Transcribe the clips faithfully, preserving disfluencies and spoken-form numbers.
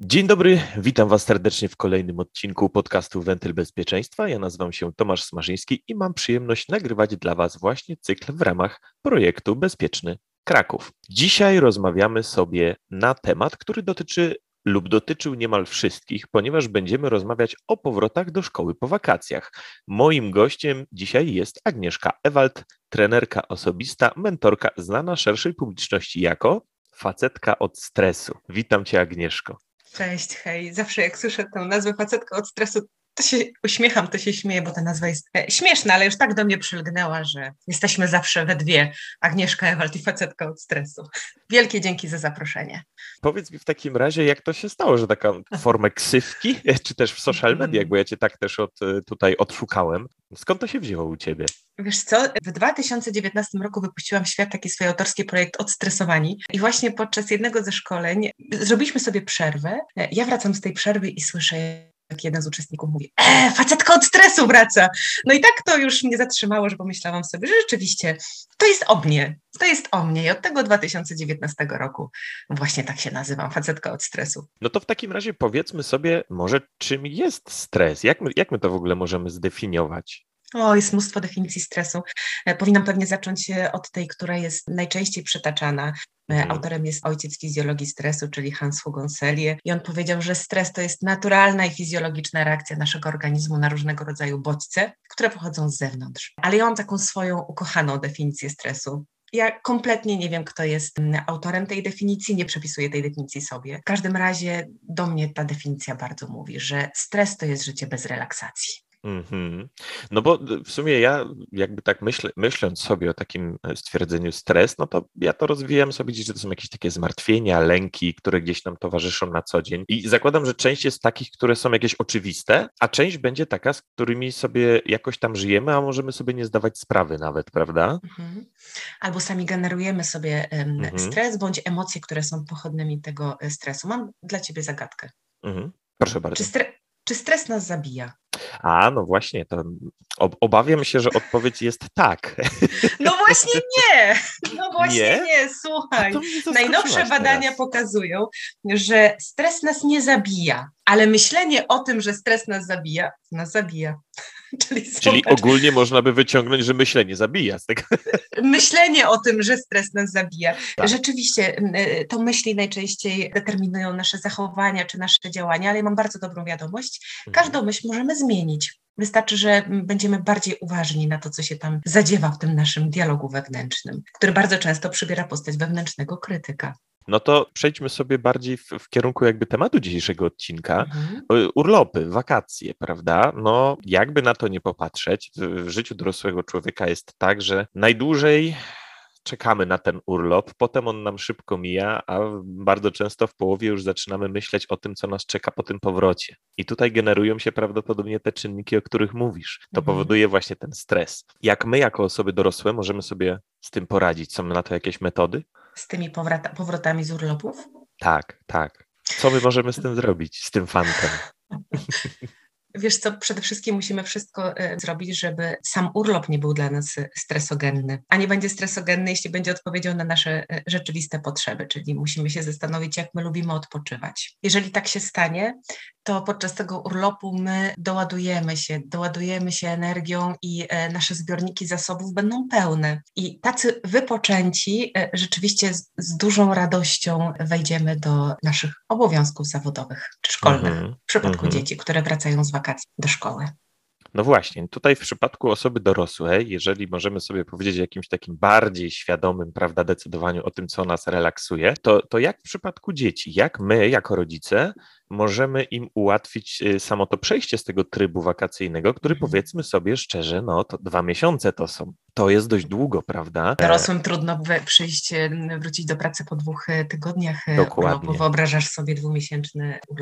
Dzień dobry, witam Was serdecznie w kolejnym odcinku podcastu Wentyl Bezpieczeństwa. Ja nazywam się Tomasz Smarzyński i mam przyjemność nagrywać dla Was właśnie cykl w ramach projektu Bezpieczny Kraków. Dzisiaj rozmawiamy sobie na temat, który dotyczy lub dotyczył niemal wszystkich, ponieważ będziemy rozmawiać o powrotach do szkoły po wakacjach. Moim gościem dzisiaj jest Agnieszka Ewald, trenerka osobista, mentorka znana szerszej publiczności jako facetka od stresu. Witam Cię, Agnieszko. Cześć, hej. Zawsze jak słyszę tę nazwę facetka od stresu, to się uśmiecham, to się śmieję, bo ta nazwa jest śmieszna, ale już tak do mnie przylgnęła, że jesteśmy zawsze we dwie, Agnieszka Ewald i facetka od stresu. Wielkie dzięki za zaproszenie. Powiedz mi w takim razie, jak to się stało, że taką formę ksywki, czy też w social mediach, bo ja Cię tak też od, tutaj odszukałem. Skąd to się wzięło u Ciebie? Wiesz co, w dwa tysiące dziewiętnastym roku wypuściłam w świat taki swój autorski projekt Odstresowani i właśnie podczas jednego ze szkoleń zrobiliśmy sobie przerwę. Ja wracam z tej przerwy i słyszę, jak jeden z uczestników mówi: e, facetka od stresu wraca. No i tak to już mnie zatrzymało, że pomyślałam sobie, że rzeczywiście to jest o mnie, to jest o mnie i od tego dwa tysiące dziewiętnastego roku właśnie tak się nazywam, facetka od stresu. No to w takim razie powiedzmy sobie może, czym jest stres, jak my, jak my to w ogóle możemy zdefiniować? O, jest mnóstwo definicji stresu. Powinnam pewnie zacząć od tej, która jest najczęściej przytaczana. Mhm. Autorem jest ojciec fizjologii stresu, czyli Hans Hugonselier, i on powiedział, że stres to jest naturalna i fizjologiczna reakcja naszego organizmu na różnego rodzaju bodźce, które pochodzą z zewnątrz. Ale ja mam taką swoją ukochaną definicję stresu. Ja kompletnie nie wiem, kto jest autorem tej definicji, nie przepisuję tej definicji sobie. W każdym razie do mnie ta definicja bardzo mówi, że stres to jest życie bez relaksacji. Mm-hmm. No bo w sumie ja jakby tak myślę, myśląc sobie o takim stwierdzeniu stres, no to ja to rozwijam sobie, że to są jakieś takie zmartwienia, lęki, które gdzieś nam towarzyszą na co dzień i zakładam, że część jest takich, które są jakieś oczywiste, a część będzie taka, z którymi sobie jakoś tam żyjemy, a możemy sobie nie zdawać sprawy nawet, prawda? Mm-hmm. Albo sami generujemy sobie um, mm-hmm. stres bądź emocje, które są pochodnymi tego stresu. Mam dla Ciebie zagadkę. Mm-hmm. Proszę bardzo. Czy, stre- czy stres nas zabija? A, no właśnie, to obawiam się, że odpowiedź jest tak. No właśnie nie, no właśnie nie, nie. Słuchaj. Najnowsze badania teraz pokazują, że stres nas nie zabija, ale myślenie o tym, że stres nas zabija, nas zabija. Czyli, Czyli ogólnie można by wyciągnąć, że myślenie zabija z tego. Myślenie o tym, że stres nas zabija. Tak. Rzeczywiście to myśli najczęściej determinują nasze zachowania czy nasze działania, ale ja mam bardzo dobrą wiadomość. Każdą myśl możemy zmienić. Wystarczy, że będziemy bardziej uważni na to, co się tam zadziewa w tym naszym dialogu wewnętrznym, który bardzo często przybiera postać wewnętrznego krytyka. No to przejdźmy sobie bardziej w, w kierunku jakby tematu dzisiejszego odcinka. Mhm. Urlopy, wakacje, prawda? No jakby na to nie popatrzeć, w, w życiu dorosłego człowieka jest tak, że najdłużej czekamy na ten urlop, potem on nam szybko mija, a bardzo często w połowie już zaczynamy myśleć o tym, co nas czeka po tym powrocie. I tutaj generują się prawdopodobnie te czynniki, o których mówisz. To mhm. powoduje właśnie ten stres. Jak my jako osoby dorosłe możemy sobie z tym poradzić? Są na to jakieś metody? Z tymi powrota- powrotami z urlopów? Tak, tak. Co my możemy z tym zrobić, z tym fantem? Wiesz co, przede wszystkim musimy wszystko y, zrobić, żeby sam urlop nie był dla nas stresogenny, a nie będzie stresogenny, jeśli będzie odpowiedzią na nasze y, rzeczywiste potrzeby, czyli musimy się zastanowić, jak my lubimy odpoczywać. Jeżeli tak się stanie, to podczas tego urlopu my doładujemy się, doładujemy się energią i y, nasze zbiorniki zasobów będą pełne. I tacy wypoczęci y, rzeczywiście z, z dużą radością wejdziemy do naszych obowiązków zawodowych czy szkolnych, mm-hmm. w przypadku mm-hmm. dzieci, które wracają z wakacji do szkoły. No właśnie, tutaj w przypadku osoby dorosłej, jeżeli możemy sobie powiedzieć o jakimś takim bardziej świadomym, prawda, decydowaniu o tym, co nas relaksuje, to, to jak w przypadku dzieci, jak my jako rodzice możemy im ułatwić samo to przejście z tego trybu wakacyjnego, który mm. powiedzmy sobie szczerze, no to dwa miesiące to są, to jest dość długo, prawda? Dorosłym trudno przyjść, wrócić do pracy po dwóch tygodniach Dokładnie. urlopu. Wyobrażasz sobie dwumiesięczny urlop?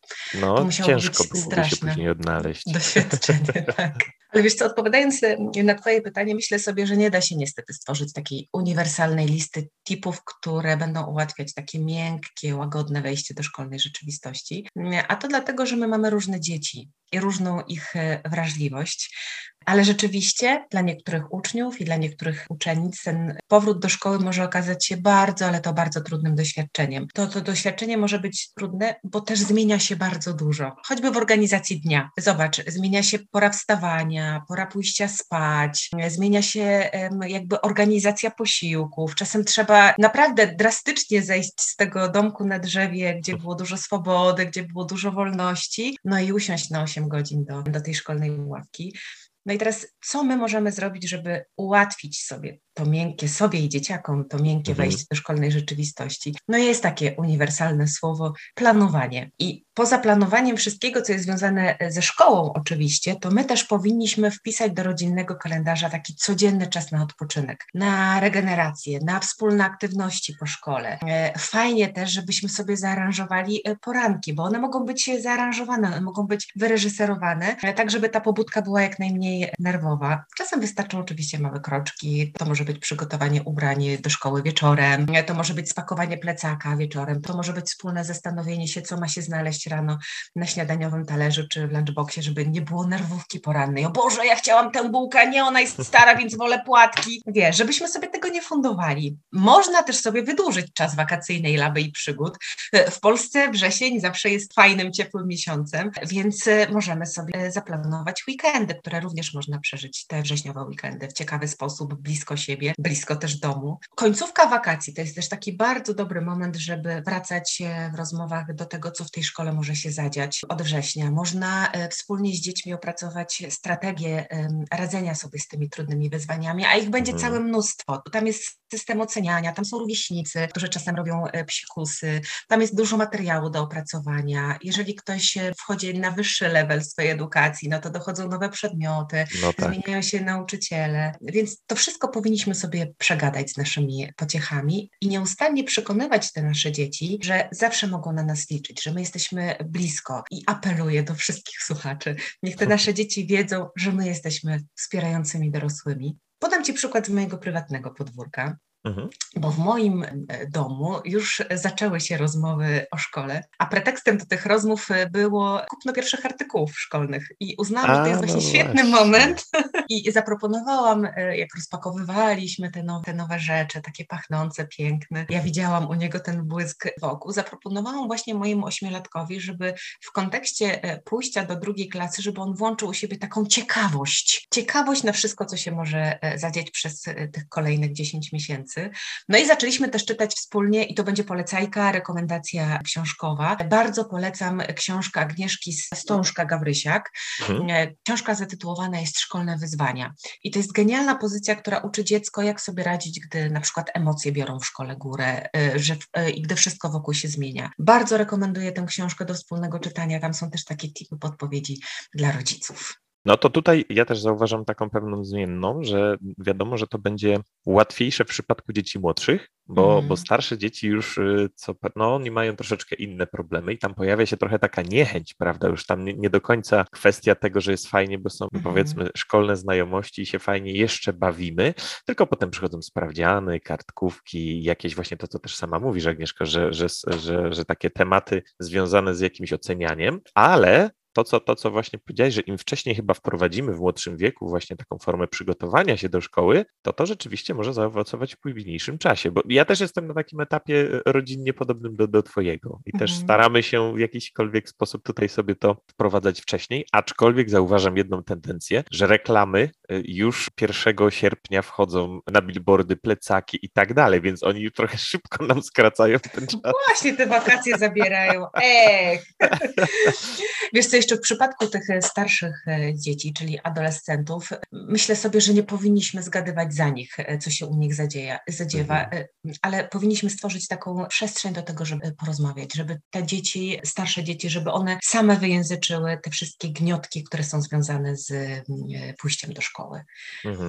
No, To musiało ciężko być byłoby straszne się później odnaleźć. doświadczenie, tak. Ale wiesz co, odpowiadając na twoje pytanie, myślę sobie, że nie da się niestety stworzyć takiej uniwersalnej listy tipów, które będą ułatwiać takie miękkie, łagodne wejście do szkolnej rzeczywistości. A to dlatego, że my mamy różne dzieci i różną ich wrażliwość. Ale rzeczywiście dla niektórych uczniów i dla niektórych uczennic ten powrót do szkoły może okazać się bardzo, ale to bardzo trudnym doświadczeniem. To, to doświadczenie może być trudne, bo też zmienia się bardzo dużo. Choćby w organizacji dnia. Zobacz, zmienia się pora wstawania, pora pójścia spać, zmienia się um, jakby organizacja posiłków. Czasem trzeba naprawdę drastycznie zejść z tego domku na drzewie, gdzie było dużo swobody, gdzie było dużo wolności, no i usiąść na osiem godzin do, do tej szkolnej ławki. No i teraz, co my możemy zrobić, żeby ułatwić sobie to miękkie, sobie i dzieciakom, to miękkie Mhm. wejście do szkolnej rzeczywistości? No jest takie uniwersalne słowo planowanie. I poza planowaniem wszystkiego, co jest związane ze szkołą oczywiście, to my też powinniśmy wpisać do rodzinnego kalendarza taki codzienny czas na odpoczynek, na regenerację, na wspólne aktywności po szkole. Fajnie też, żebyśmy sobie zaaranżowali poranki, bo one mogą być zaaranżowane, one mogą być wyreżyserowane, tak żeby ta pobudka była jak najmniej nerwowa. Czasem wystarczą oczywiście małe kroczki, to może być przygotowanie ubrań do szkoły wieczorem, to może być spakowanie plecaka wieczorem, to może być wspólne zastanowienie się, co ma się znaleźć rano na śniadaniowym talerzu czy w lunchboxie, żeby nie było nerwówki porannej. O Boże, ja chciałam tę bułkę, nie, ona jest stara, więc wolę płatki. Wiesz, żebyśmy sobie tego nie fundowali. Można też sobie wydłużyć czas wakacyjnej laby i przygód. W Polsce wrzesień zawsze jest fajnym, ciepłym miesiącem, więc możemy sobie zaplanować weekendy, które również można przeżyć, te wrześniowe weekendy w ciekawy sposób, blisko siebie, blisko też domu. Końcówka wakacji to jest też taki bardzo dobry moment, żeby wracać w rozmowach do tego, co w tej szkole może się zadziać od września. Można wspólnie z dziećmi opracować strategię radzenia sobie z tymi trudnymi wyzwaniami, a ich będzie Mhm. całe mnóstwo. Tam jest system oceniania, tam są rówieśnicy, którzy czasem robią psikusy, tam jest dużo materiału do opracowania. Jeżeli ktoś wchodzi na wyższy level swojej edukacji, no to dochodzą nowe przedmioty, No tak. zmieniają się nauczyciele, więc to wszystko powinniśmy sobie przegadać z naszymi pociechami i nieustannie przekonywać te nasze dzieci, że zawsze mogą na nas liczyć, że my jesteśmy blisko i apeluję do wszystkich słuchaczy, niech te nasze dzieci wiedzą, że my jesteśmy wspierającymi dorosłymi. Podam Ci przykład z mojego prywatnego podwórka. Mhm. Bo w moim domu już zaczęły się rozmowy o szkole, a pretekstem do tych rozmów było kupno pierwszych artykułów szkolnych i uznałam, że to jest A, właśnie no świetny właśnie. moment i zaproponowałam, jak rozpakowywaliśmy te nowe, te nowe rzeczy, takie pachnące, piękne, ja widziałam u niego ten błysk wokół, zaproponowałam właśnie mojemu ośmiolatkowi, żeby w kontekście pójścia do drugiej klasy, żeby on włączył u siebie taką ciekawość, ciekawość na wszystko, co się może zadziać przez tych kolejnych dziesięć miesięcy. No i zaczęliśmy też czytać wspólnie i to będzie polecajka, rekomendacja książkowa. Bardzo polecam książkę Agnieszki Stążka-Gawrysiak. Mhm. Książka zatytułowana jest Szkolne wyzwania. I to jest genialna pozycja, która uczy dziecko, jak sobie radzić, gdy na przykład emocje biorą w szkole górę że, i gdy wszystko wokół się zmienia. Bardzo rekomenduję tę książkę do wspólnego czytania. Tam są też takie tipy, podpowiedzi dla rodziców. No to tutaj ja też zauważam taką pewną zmienną, że wiadomo, że to będzie łatwiejsze w przypadku dzieci młodszych, bo, mm. bo starsze dzieci już, co, no oni mają troszeczkę inne problemy i tam pojawia się trochę taka niechęć, prawda, już tam nie, nie do końca kwestia tego, że jest fajnie, bo są mm. powiedzmy szkolne znajomości i się fajnie jeszcze bawimy, tylko potem przychodzą sprawdziany, kartkówki, jakieś właśnie to, co też sama mówisz, Agnieszko, że, że, że, że takie tematy związane z jakimś ocenianiem, ale To co, to, co właśnie powiedziałeś, że im wcześniej chyba wprowadzimy w młodszym wieku właśnie taką formę przygotowania się do szkoły, to to rzeczywiście może zaowocować w późniejszym czasie, bo ja też jestem na takim etapie rodzinnie podobnym do, do twojego i też Mhm. staramy się w jakiśkolwiek sposób tutaj sobie to wprowadzać wcześniej, aczkolwiek zauważam jedną tendencję, że reklamy już pierwszego sierpnia wchodzą na billboardy, plecaki i tak dalej, więc oni już trochę szybko nam skracają ten czas. Właśnie te wakacje zabierają. Ech! Wiesz co, jeszcze w przypadku tych starszych dzieci, czyli adolescentów, myślę sobie, że nie powinniśmy zgadywać za nich, co się u nich zadzieja, zadziewa, mhm. ale powinniśmy stworzyć taką przestrzeń do tego, żeby porozmawiać, żeby te dzieci, starsze dzieci, żeby one same wyjęzyczyły te wszystkie gniotki, które są związane z pójściem do szkoły. Mhm.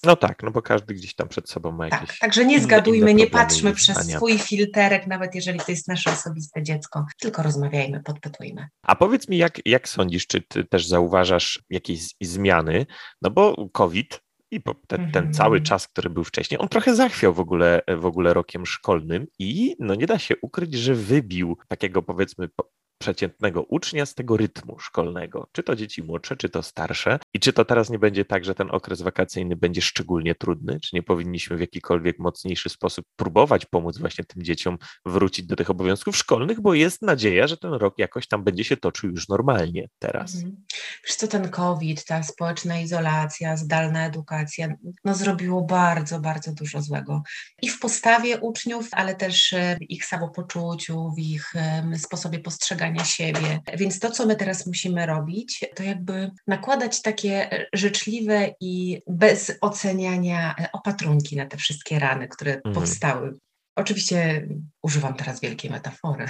No tak, no bo każdy gdzieś tam przed sobą ma jakieś Tak, także nie inne, zgadujmy, inne nie problemy patrzmy i przez wyzwania. swój filterek, nawet jeżeli to jest nasze osobiste dziecko, tylko rozmawiajmy, podpytujmy. A powiedz mi, jak, jak sądzisz, czy ty też zauważasz jakieś z- zmiany? No bo COVID i po- te, ten cały Mhm. czas, który był wcześniej, on trochę zachwiał w ogóle, w ogóle rokiem szkolnym i no nie da się ukryć, że wybił takiego powiedzmy po- przeciętnego ucznia z tego rytmu szkolnego. Czy to dzieci młodsze, czy to starsze. I czy to teraz nie będzie tak, że ten okres wakacyjny będzie szczególnie trudny? Czy nie powinniśmy w jakikolwiek mocniejszy sposób próbować pomóc właśnie tym dzieciom wrócić do tych obowiązków szkolnych, bo jest nadzieja, że ten rok jakoś tam będzie się toczył już normalnie teraz. Mhm. Wiesz co, ten COVID, ta społeczna izolacja, zdalna edukacja, no zrobiło bardzo, bardzo dużo złego. I w postawie uczniów, ale też e, w ich samopoczuciu, w ich em, sposobie postrzegania siebie. Więc to, co my teraz musimy robić, to jakby nakładać takie e, życzliwe i bez oceniania e, opatrunki na te wszystkie rany, które Mhm. powstały. Oczywiście używam teraz wielkiej metafory.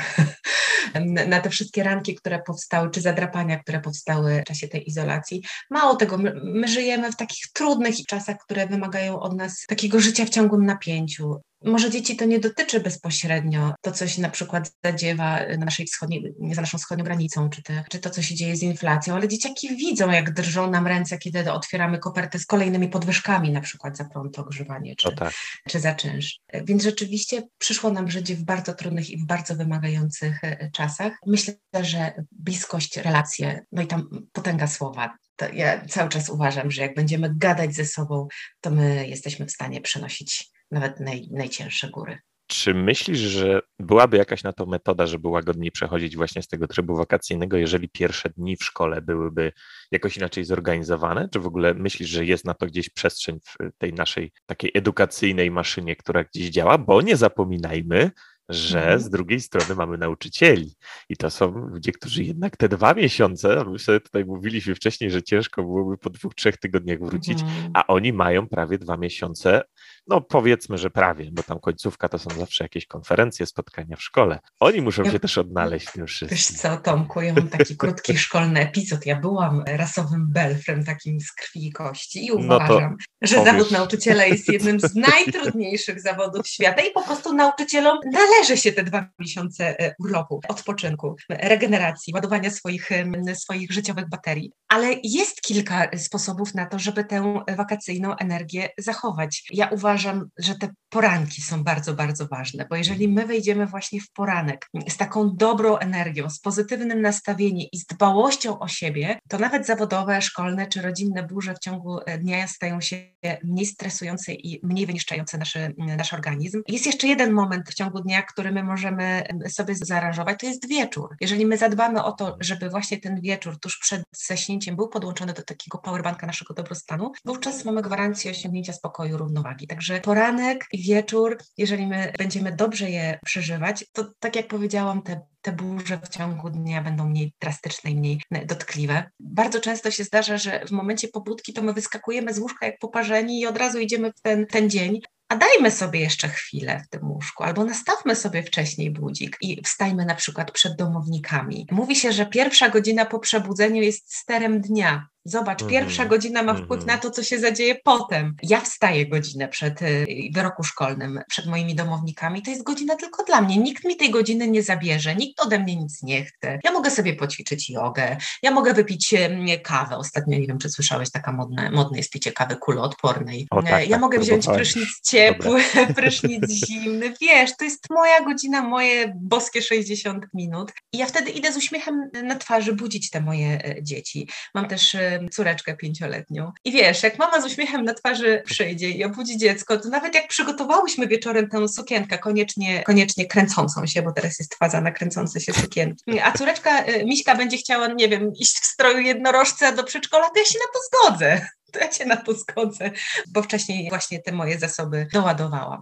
Na te wszystkie ranki, które powstały, czy zadrapania, które powstały w czasie tej izolacji. Mało tego, my, my żyjemy w takich trudnych czasach, które wymagają od nas takiego życia w ciągłym napięciu. Może dzieci to nie dotyczy bezpośrednio, to co się na przykład zadziewa na naszej wschodniej, za naszą wschodnią granicą, czy, te, czy to, co się dzieje z inflacją, ale dzieciaki widzą, jak drżą nam ręce, kiedy otwieramy kopertę z kolejnymi podwyżkami, na przykład za prąd, ogrzewanie, No czy, tak. czy za czynsz. Więc rzeczywiście przyszło nam żyć w bardzo trudnych i w bardzo wymagających e, czasach. Myślę, że bliskość, relacje, no i tam potęga słowa. To ja cały czas uważam, że jak będziemy gadać ze sobą, to my jesteśmy w stanie przenosić nawet naj, najcięższe góry. Czy myślisz, że byłaby jakaś na to metoda, żeby łagodniej przechodzić właśnie z tego trybu wakacyjnego, jeżeli pierwsze dni w szkole byłyby jakoś inaczej zorganizowane? Czy w ogóle myślisz, że jest na to gdzieś przestrzeń w tej naszej takiej edukacyjnej maszynie, która gdzieś działa? Bo nie zapominajmy, że z Mhm. drugiej strony mamy nauczycieli i to są ludzie, którzy jednak te dwa miesiące, a my sobie tutaj mówiliśmy wcześniej, że ciężko byłoby po dwóch, trzech tygodniach wrócić, Mhm. a oni mają prawie dwa miesiące, no powiedzmy, że prawie, bo tam końcówka to są zawsze jakieś konferencje, spotkania w szkole. Oni muszą Ja, się też odnaleźć w tym wiesz wszystkim. co, Tomku, ja mam taki krótki szkolny epizod. Ja byłam rasowym belfrem, takim z krwi i kości i No to uważam, że zawód powiesz, nauczyciela jest jednym co z to jest. najtrudniejszych zawodów świata i po prostu nauczycielom należy się te dwa miesiące e, urlopu, odpoczynku, regeneracji, ładowania swoich, em, swoich życiowych baterii. Ale jest kilka sposobów na to, żeby tę wakacyjną energię zachować. Ja uważam, że te poranki są bardzo, bardzo ważne, bo jeżeli my wejdziemy właśnie w poranek z taką dobrą energią, z pozytywnym nastawieniem i z dbałością o siebie, to nawet zawodowe, szkolne czy rodzinne burze w ciągu dnia stają się mniej stresujące i mniej wyniszczające nasz, nasz organizm. Jest jeszcze jeden moment w ciągu dnia, który my możemy sobie zaaranżować, to jest wieczór. Jeżeli my zadbamy o to, żeby właśnie ten wieczór tuż przed zaśnięciem był podłączony do takiego powerbanka naszego dobrostanu, wówczas mamy gwarancję osiągnięcia spokoju, równowagi. Także poranek i wieczór, jeżeli my będziemy dobrze je przeżywać, to tak jak powiedziałam, te te burze w ciągu dnia będą mniej drastyczne i mniej dotkliwe. Bardzo często się zdarza, że w momencie pobudki to my wyskakujemy z łóżka jak poparzeni i od razu idziemy w ten, ten dzień. A dajmy sobie jeszcze chwilę w tym łóżku, albo nastawmy sobie wcześniej budzik i wstajmy na przykład przed domownikami. Mówi się, że pierwsza godzina po przebudzeniu jest sterem dnia. Zobacz, pierwsza Mhm, godzina ma wpływ na mhm. to, co się zadzieje potem. Ja wstaję godzinę przed y, w roku szkolnym, przed moimi domownikami. To jest godzina tylko dla mnie. Nikt mi tej godziny nie zabierze, nikt ode mnie nic nie chce. Ja mogę sobie poćwiczyć jogę, ja mogę wypić y, kawę. Ostatnio, nie wiem, czy słyszałeś, taka modne, modne jest picie kawy kuloodpornej. O tak, Y, Ja tak, mogę wziąć próbowałem prysznic już. Dobre. ciepły, prysznic zimny. Wiesz, to jest moja godzina, moje boskie sześćdziesiąt minut. I ja wtedy idę z uśmiechem na twarzy budzić te moje y, dzieci. Mam też y, córeczkę pięcioletnią. I wiesz, jak mama z uśmiechem na twarzy przyjdzie i obudzi dziecko, to nawet jak przygotowałyśmy wieczorem tę sukienkę, koniecznie, koniecznie kręcącą się, bo teraz jest faza na kręcące się sukienki, a córeczka y, Miśka będzie chciała, nie wiem, iść w stroju jednorożca do przedszkola, to ja się na to zgodzę. To ja się na to zgodzę, bo wcześniej właśnie te moje zasoby doładowałam.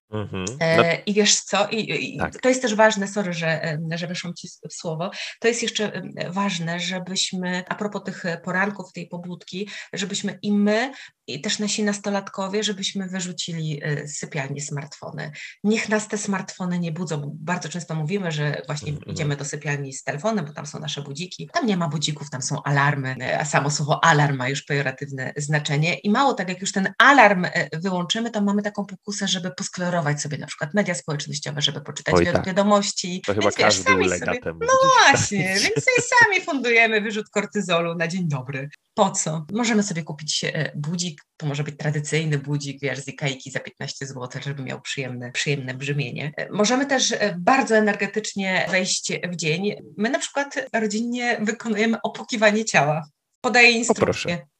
Mhm. No. E, I wiesz co, I, i Tak. to jest też ważne, sorry, że, że weszłam Ci w słowo, to jest jeszcze ważne, żebyśmy, a propos tych poranków, tej pobudki, żebyśmy i my, i też nasi nastolatkowie, żebyśmy wyrzucili z sypialni smartfony. Niech nas te smartfony nie budzą, bo bardzo często mówimy, że właśnie Mhm. idziemy do sypialni z telefonem, bo tam są nasze budziki. Tam nie ma budzików, tam są alarmy, a samo słowo alarm ma już pejoratywne znaczenie i mało tak, jak już ten alarm wyłączymy, to mamy taką pokusę, żeby posklorować sobie na przykład media społecznościowe, żeby poczytać Oj, wi- tak. wiadomości. To chyba Więc wiesz, każdy sami ulega sobie, temu. no gdzieś właśnie, tam. więc sobie sami fundujemy wyrzut kortyzolu na dzień dobry. Po co? Możemy sobie kupić e, budzik, to może być tradycyjny budzik, wiesz, z Ikejki za piętnaście złotych, żeby miał przyjemne, przyjemne brzmienie. E, Możemy też e, bardzo energetycznie wejść w dzień. My na przykład rodzinnie wykonujemy opukiwanie ciała. Podaję O, proszę. instrukcję.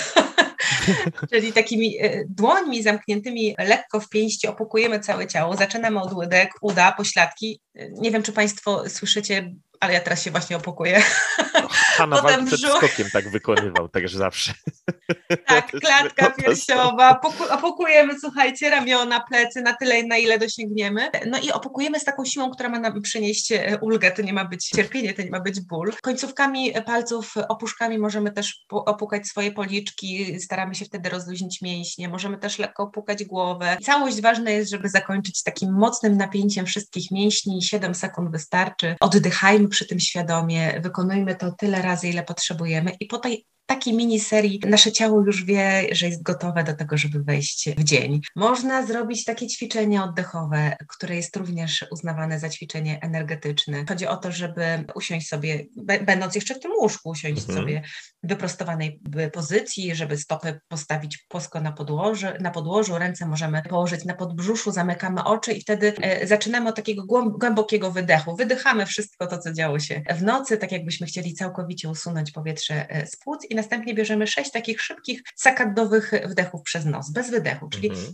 Czyli takimi e, dłońmi zamkniętymi lekko w pięści opukujemy całe ciało, zaczynamy od łydek, uda, pośladki. E, Nie wiem, czy Państwo słyszycie, ale ja teraz się właśnie opokuję. Hanna Potem Wald przed brzuch. skokiem tak wykonywał, także zawsze. Tak, To klatka jest piersiowa, poku- opukujemy, słuchajcie, ramiona, plecy na tyle, na ile dosięgniemy. No i opukujemy z taką siłą, która ma nam przynieść e, ulgę, to nie ma być cierpienie, to nie ma być ból. Końcówkami palców, opuszkami możemy też po- opukać swoje policzki, staramy się wtedy rozluźnić mięśnie, możemy też lekko opukać głowę. Całość ważna jest, żeby zakończyć takim mocnym napięciem wszystkich mięśni, siedem sekund wystarczy. Oddychajmy przy tym świadomie, wykonujmy to tyle razy, ile potrzebujemy i po tej takiej miniserii nasze ciało już wie, że jest gotowe do tego, żeby wejść w dzień. Można zrobić takie ćwiczenie oddechowe, które jest również uznawane za ćwiczenie energetyczne. Chodzi o to, żeby usiąść sobie, b- będąc jeszcze w tym łóżku, usiąść Mhm. sobie w wyprostowanej pozycji, żeby stopy postawić płasko na podłożu, na podłożu, ręce możemy położyć na podbrzuszu, zamykamy oczy i wtedy e, zaczynamy od takiego głęb- głębokiego wydechu. Wydychamy wszystko to, co działo się w nocy, tak jakbyśmy chcieli całkowicie usunąć powietrze e, z płuc i następnie bierzemy sześć takich szybkich, sakadowych wdechów przez nos, bez wydechu, czyli Mhm.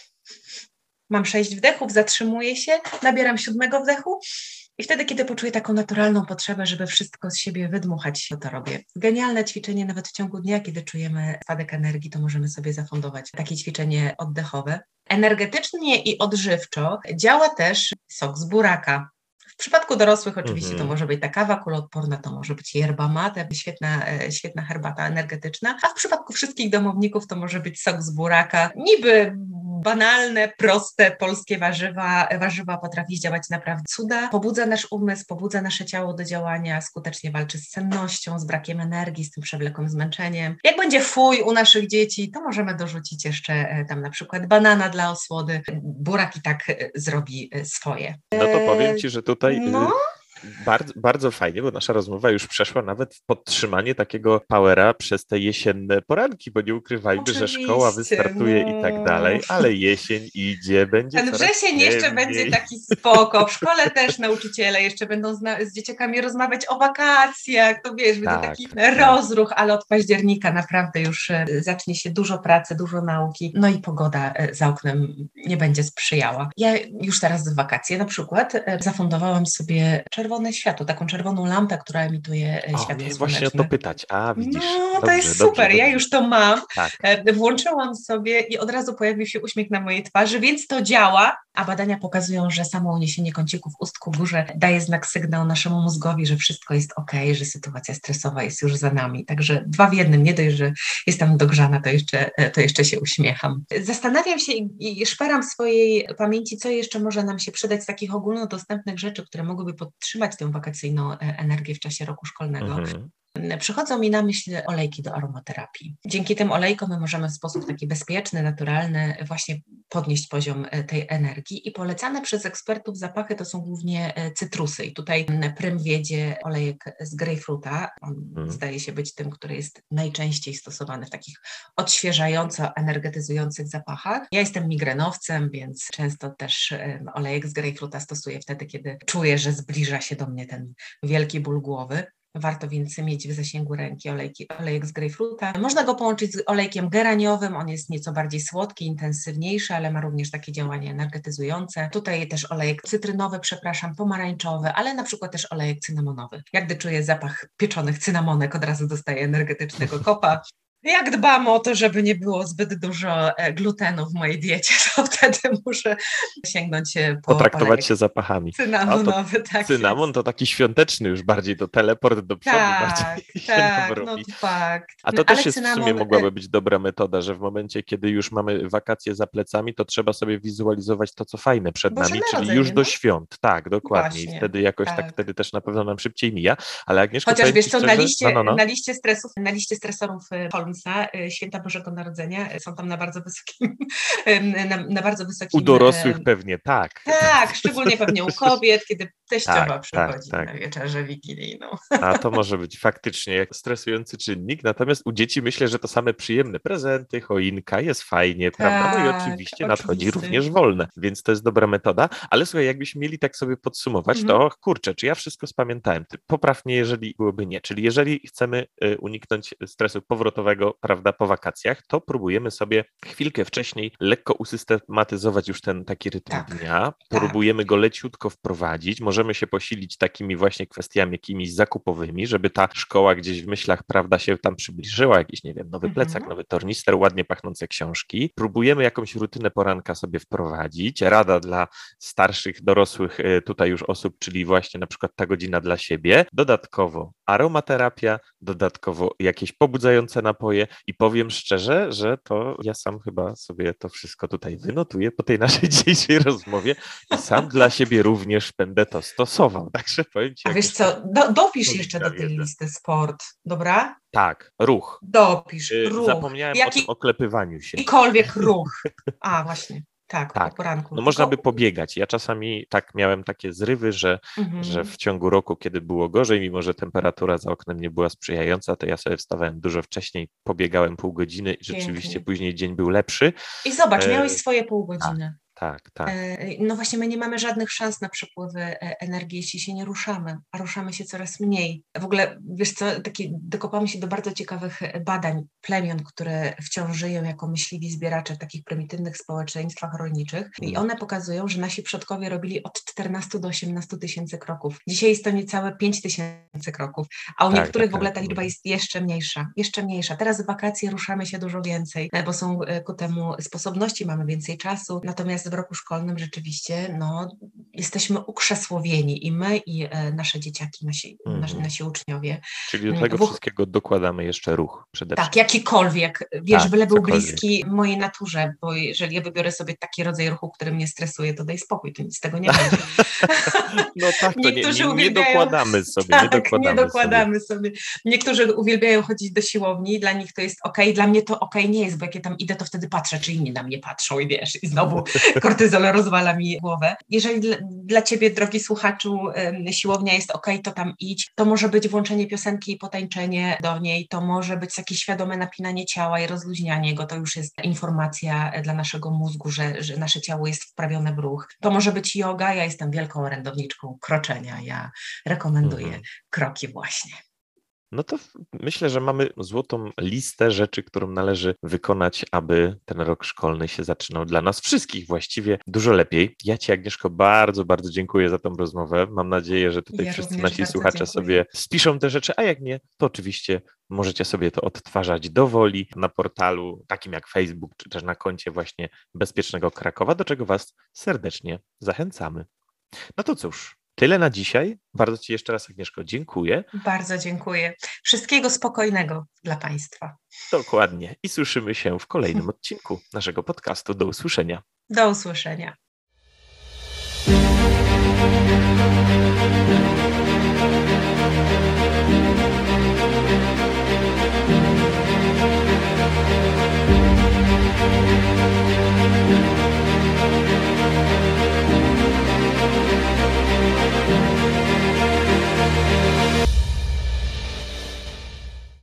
mam sześć wdechów, zatrzymuję się, nabieram siódmego wdechu i wtedy, kiedy poczuję taką naturalną potrzebę, żeby wszystko z siebie wydmuchać, to to robię. Genialne ćwiczenie nawet w ciągu dnia, kiedy czujemy spadek energii, to możemy sobie zafundować takie ćwiczenie oddechowe. Energetycznie i odżywczo działa też sok z buraka. W przypadku dorosłych oczywiście Mhm. to może być ta kawa kuloodporna, to może być yerba mate, świetna, e, świetna herbata energetyczna, a w przypadku wszystkich domowników to może być sok z buraka. Niby banalne, proste polskie warzywa, warzywa potrafi działać naprawdę cuda. Pobudza nasz umysł, pobudza nasze ciało do działania, skutecznie walczy z sennością, z brakiem energii, z tym przewlekłym zmęczeniem. Jak będzie fuj u naszych dzieci, to możemy dorzucić jeszcze e, tam na przykład banana dla osłody. Burak i tak e, zrobi e, swoje. No to powiem Ci, że tutaj No. y, bardzo, bardzo fajnie, bo nasza rozmowa już przeszła nawet w podtrzymanie takiego powera przez te jesienne poranki, bo nie ukrywajmy, że szkoła Oczywiście, wystartuje no. i tak dalej, ale jesień idzie, będzie Ten coraz wrzesień jeszcze ciemniej. będzie taki spoko. W szkole też nauczyciele jeszcze będą z, na- z dzieciakami rozmawiać o wakacjach. To wiesz, będzie Tak, taki tak. rozruch, ale od października naprawdę już e, zacznie się dużo pracy, dużo nauki. No i pogoda e, za oknem nie będzie sprzyjała. Ja już teraz w wakacje na przykład e, zafundowałam sobie czerwone światło, taką czerwoną lampę, która emituje e, O, światło miałem właśnie o słoneczne. to pytać. A, widzisz. No, Dobrze, to jest dobrze, super, ja dobrze. już to mam. Tak. E, Włączyłam sobie i od razu pojawił się uśmiech na mojej twarzy, więc to działa, a badania pokazują, że samo uniesienie kącików ust ku górze daje znak, sygnał naszemu mózgowi, że wszystko jest okej, że sytuacja stresowa jest już za nami. Także dwa w jednym, nie dość, że jestem dogrzana, to jeszcze, to jeszcze się uśmiecham. Zastanawiam się i, i szperam w swojej pamięci, co jeszcze może nam się przydać z takich ogólnodostępnych rzeczy, które mogłyby podtrzymać tę wakacyjną energię w czasie roku szkolnego. Mhm. Przychodzą mi na myśl olejki do aromaterapii. Dzięki tym olejkom my możemy w sposób taki bezpieczny, naturalny właśnie podnieść poziom tej energii i polecane przez ekspertów zapachy to są głównie cytrusy. I tutaj prym wiedzie olejek z grejpfruta. On Mhm. zdaje się być tym, który jest najczęściej stosowany w takich odświeżająco energetyzujących zapachach. Ja jestem migrenowcem, więc często też olejek z grejpfruta stosuję wtedy, kiedy czuję, że zbliża się do mnie ten wielki ból głowy. Warto więc mieć w zasięgu ręki olejki, olejek z grejpfruta. Można go połączyć z olejkiem geraniowym, on jest nieco bardziej słodki, intensywniejszy, ale ma również takie działanie energetyzujące. Tutaj też olejek cytrynowy, przepraszam, pomarańczowy, ale na przykład też olejek cynamonowy. Jak gdy czuję zapach pieczonych cynamonek, od razu dostaję energetycznego kopa. Jak dbam o to, żeby nie było zbyt dużo glutenu w mojej diecie, to wtedy muszę sięgnąć po Potraktować olejek się zapachami. cynamonowy. To tak cynamon jest. to taki świąteczny już bardziej, to teleport do przodu bardziej Tak, się nam tak, no robi. to fakt. A No, to ale też jest w cynamon, sumie mogłaby być dobra metoda, że w momencie, kiedy już mamy wakacje za plecami, to trzeba sobie wizualizować to, co fajne przed Boże nami, czyli już Narodzenie, do no świąt. Tak, dokładnie. I właśnie, wtedy jakoś tak, tak. wtedy też na pewno nam szybciej mija. Ale Agnieszko, Chociaż powiem wiesz Ci co, na szczerze, no, liście, no, no. na liście stresów, na liście stresorów Holmesa, święta Bożego Narodzenia są tam na bardzo wysokim, na, na bardzo wysokim... U dorosłych pewnie tak. Tak, szczególnie pewnie u kobiet, kiedy teściowa tak, przychodzi tak, na tak. wieczerzę wigilijną. A to może być faktycznie jak stresujący czynnik, natomiast u dzieci myślę, że to same przyjemne prezenty, choinka, jest fajnie, prawda? No i Tak, oczywiście nadchodzi oczywiście. również wolne, więc to jest dobra metoda, ale słuchaj, jakbyśmy mieli tak sobie podsumować, Mhm. to kurczę, czy ja wszystko spamiętałem? Ty popraw mnie, jeżeli byłoby nie, czyli jeżeli chcemy y, uniknąć stresu powrotowego, prawda, po wakacjach, to próbujemy sobie chwilkę wcześniej lekko usystematyzować już ten taki rytm Tak, dnia, tak. próbujemy go leciutko wprowadzić, możemy się posilić takimi właśnie kwestiami jakimiś zakupowymi, żeby ta szkoła gdzieś w myślach, prawda, się tam przybliżyła, jakiś, nie wiem, nowy Mhm. plecak, nowy tornister, ładnie pachnące książki. Próbujemy jakąś rutynę poranka sobie wprowadzić. Rada dla starszych, dorosłych tutaj już osób, czyli właśnie na przykład ta godzina dla siebie. Dodatkowo aromaterapia, dodatkowo jakieś pobudzające napoje i powiem szczerze, że to ja sam chyba sobie to wszystko tutaj wynotuję po tej naszej dzisiejszej rozmowie i sam dla siebie również będę to stosował. Także powiem Ci, A wiesz co, do, dopisz jeszcze do tej wiedza. listy sport, dobra? Tak, ruch. Dopisz, Y, ruch. Zapomniałem o tym oklepywaniu się. Jakikolwiek ruch. A, właśnie. Tak, Tak, po poranku. no można by Tylko- pobiegać. Ja czasami tak miałem takie zrywy, że, Mhm. że w ciągu roku, kiedy było gorzej, mimo że temperatura za oknem nie była sprzyjająca, to ja sobie wstawałem dużo wcześniej, pobiegałem pół godziny i rzeczywiście Pięknie. później dzień był lepszy. I zobacz, E, miałeś swoje pół godziny. Tak, tak. E, No właśnie, my nie mamy żadnych szans na przepływy e, energii, jeśli się nie ruszamy, a ruszamy się coraz mniej. W ogóle, wiesz co, takie, dokopamy się do bardzo ciekawych badań plemion, które wciąż żyją jako myśliwi zbieracze w takich prymitywnych społeczeństwach rolniczych i one pokazują, że nasi przodkowie robili od czternastu do osiemnastu tysięcy kroków. Dzisiaj jest to niecałe pięć tysięcy kroków, a u Tak, niektórych tak, w ogóle tak. ta liczba jest jeszcze mniejsza, jeszcze mniejsza. Teraz w wakacje ruszamy się dużo więcej, e, bo są e, ku temu sposobności, mamy więcej czasu, natomiast w roku szkolnym rzeczywiście no, jesteśmy ukrzesłowieni i my, i e, nasze dzieciaki, nasi, Mhm. nasi, nasi uczniowie. Czyli do tego Wuch- wszystkiego dokładamy jeszcze ruch przede Tak, wszystkim. jakikolwiek, wiesz, Tak, byle był cokolwiek. bliski mojej naturze, bo jeżeli ja wybiorę sobie taki rodzaj ruchu, który mnie stresuje, to daj spokój, to nic z tego nie będzie. No tak, to nie, Niektórzy nie, nie uwielbiają- dokładamy sobie, tak, nie dokładamy, nie dokładamy sobie. Niektórzy uwielbiają chodzić do siłowni, dla nich to jest okej, dla mnie to okej nie jest, bo jak ja tam idę, to wtedy patrzę, czy inni na mnie patrzą i wiesz, i znowu kortyzol rozwala mi głowę. Jeżeli dla, dla Ciebie, drogi słuchaczu, ym, siłownia jest okej, to tam idź. To może być włączenie piosenki i potańczenie do niej, to może być takie świadome napinanie ciała i rozluźnianie go, to już jest informacja dla naszego mózgu, że, że nasze ciało jest wprawione w ruch. To może być yoga, ja jestem wielką orędowniczką kroczenia, ja rekomenduję Mhm. kroki właśnie. No to w- myślę, że mamy złotą listę rzeczy, którą należy wykonać, aby ten rok szkolny się zaczynał dla nas wszystkich właściwie dużo lepiej. Ja Ci, Agnieszko, bardzo, bardzo dziękuję za tą rozmowę. Mam nadzieję, że tutaj Ja wszyscy również nasi bardzo słuchacze dziękuję. sobie spiszą te rzeczy, a jak nie, to oczywiście możecie sobie to odtwarzać dowoli na portalu takim jak Facebook, czy też na koncie właśnie Bezpiecznego Krakowa, do czego Was serdecznie zachęcamy. No to cóż, tyle na dzisiaj. Bardzo Ci jeszcze raz, Agnieszko, dziękuję. Bardzo dziękuję. Wszystkiego spokojnego dla Państwa. Dokładnie. I słyszymy się w kolejnym odcinku naszego podcastu. Do usłyszenia. Do usłyszenia.